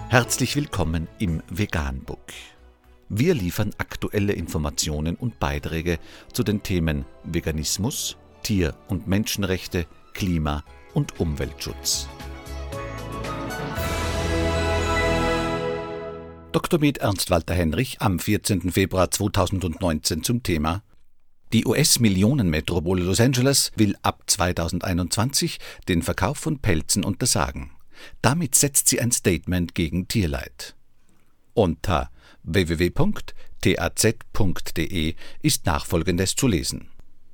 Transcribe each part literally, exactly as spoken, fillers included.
Herzlich willkommen im Veganbook. Wir liefern aktuelle Informationen und Beiträge zu den Themen Veganismus, Tier- und Menschenrechte, Klima- und Umweltschutz. Doktor Med Ernst Walter Henrich am vierzehnten Februar zweitausendneunzehn zum Thema: Die U S-Millionenmetropole Los Angeles will ab zweitausendeinundzwanzig den Verkauf von Pelzen untersagen. Damit setzt sie ein Statement gegen Tierleid. Unter w w w punkt t a z punkt d e ist Nachfolgendes zu lesen.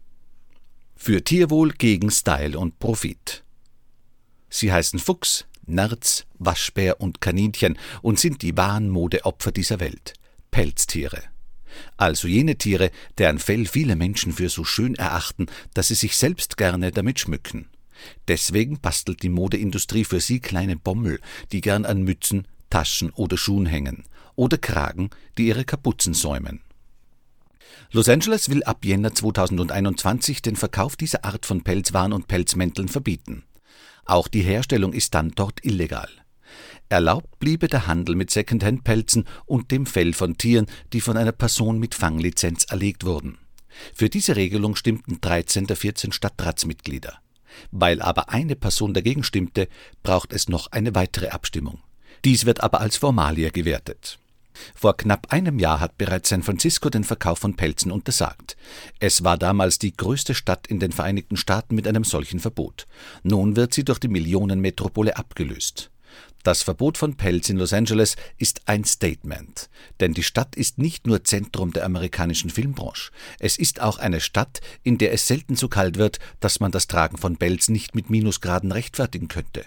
Für Tierwohl gegen Style und Profit. Sie heißen Fuchs, Nerz, Waschbär und Kaninchen und sind die wahren Modeopfer dieser Welt. Pelztiere. Also jene Tiere, deren Fell viele Menschen für so schön erachten, dass sie sich selbst gerne damit schmücken. Deswegen bastelt die Modeindustrie für sie kleine Bommel, die gern an Mützen, Taschen oder Schuhen hängen, oder Kragen, die ihre Kapuzen säumen. Los Angeles will ab Jänner zweitausendeinundzwanzig den Verkauf dieser Art von Pelzwaren und Pelzmänteln verbieten. Auch die Herstellung ist dann dort illegal. Erlaubt bliebe der Handel mit Secondhand-Pelzen und dem Fell von Tieren, die von einer Person mit Fanglizenz erlegt wurden. Für diese Regelung stimmten dreizehn der vierzehn Stadtratsmitglieder. Weil aber eine Person dagegen stimmte, braucht es noch eine weitere Abstimmung. Dies wird aber als Formalie gewertet. Vor knapp einem Jahr hat bereits San Francisco den Verkauf von Pelzen untersagt. Es war damals die größte Stadt in den Vereinigten Staaten mit einem solchen Verbot. Nun wird sie durch die Millionenmetropole abgelöst. Das Verbot von Pelz in Los Angeles ist ein Statement, denn die Stadt ist nicht nur Zentrum der amerikanischen Filmbranche. Es ist auch eine Stadt, in der es selten so kalt wird, dass man das Tragen von Pelz nicht mit Minusgraden rechtfertigen könnte.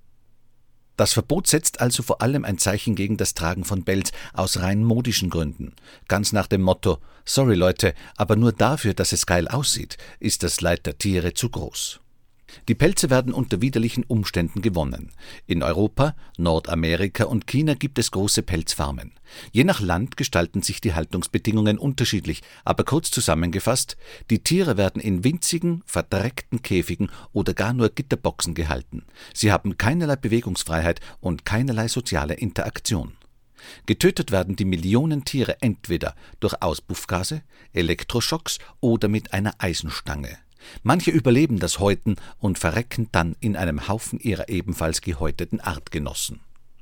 Das Verbot setzt also vor allem ein Zeichen gegen das Tragen von Pelz aus rein modischen Gründen. Ganz nach dem Motto: Sorry Leute, aber nur dafür, dass es geil aussieht, ist das Leid der Tiere zu groß. Die Pelze werden unter widerlichen Umständen gewonnen. In Europa, Nordamerika und China gibt es große Pelzfarmen. Je nach Land gestalten sich die Haltungsbedingungen unterschiedlich, aber kurz zusammengefasst: Die Tiere werden in winzigen, verdreckten Käfigen oder gar nur Gitterboxen gehalten. Sie haben keinerlei Bewegungsfreiheit und keinerlei soziale Interaktion. Getötet werden die Millionen Tiere entweder durch Auspuffgase, Elektroschocks oder mit einer Eisenstange. Manche überleben das Häuten und verrecken dann in einem Haufen ihrer ebenfalls gehäuteten Artgenossen.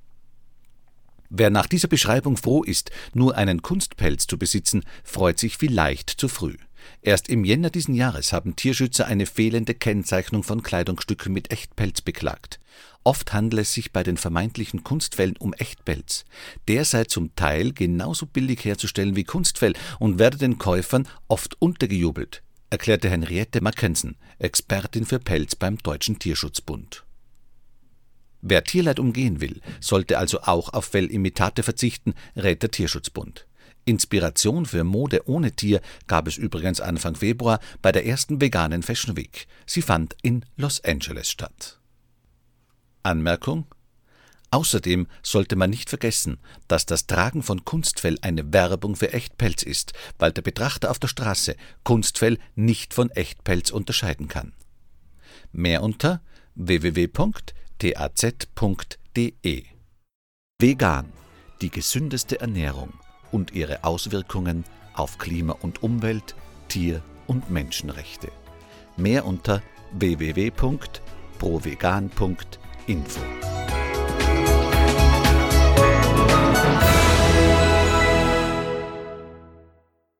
Wer nach dieser Beschreibung froh ist, nur einen Kunstpelz zu besitzen, freut sich vielleicht zu früh. Erst im Jänner diesen Jahres haben Tierschützer eine fehlende Kennzeichnung von Kleidungsstücken mit Echtpelz beklagt. Oft handelt es sich bei den vermeintlichen Kunstfellen um Echtpelz. Der sei zum Teil genauso billig herzustellen wie Kunstfell und werde den Käufern oft untergejubelt, erklärte Henriette Mackensen, Expertin für Pelz beim Deutschen Tierschutzbund. Wer Tierleid umgehen will, sollte also auch auf Fellimitate verzichten, rät der Tierschutzbund. Inspiration für Mode ohne Tier gab es übrigens Anfang Februar bei der ersten veganen Fashion Week. Sie fand in Los Angeles statt. Anmerkung: Außerdem sollte man nicht vergessen, dass das Tragen von Kunstfell eine Werbung für Echtpelz ist, weil der Betrachter auf der Straße Kunstfell nicht von Echtpelz unterscheiden kann. Mehr unter w w w punkt t a z punkt d e. Vegan, die gesündeste Ernährung und ihre Auswirkungen auf Klima und Umwelt, Tier- und Menschenrechte. Mehr unter w w w punkt pro vegan punkt info.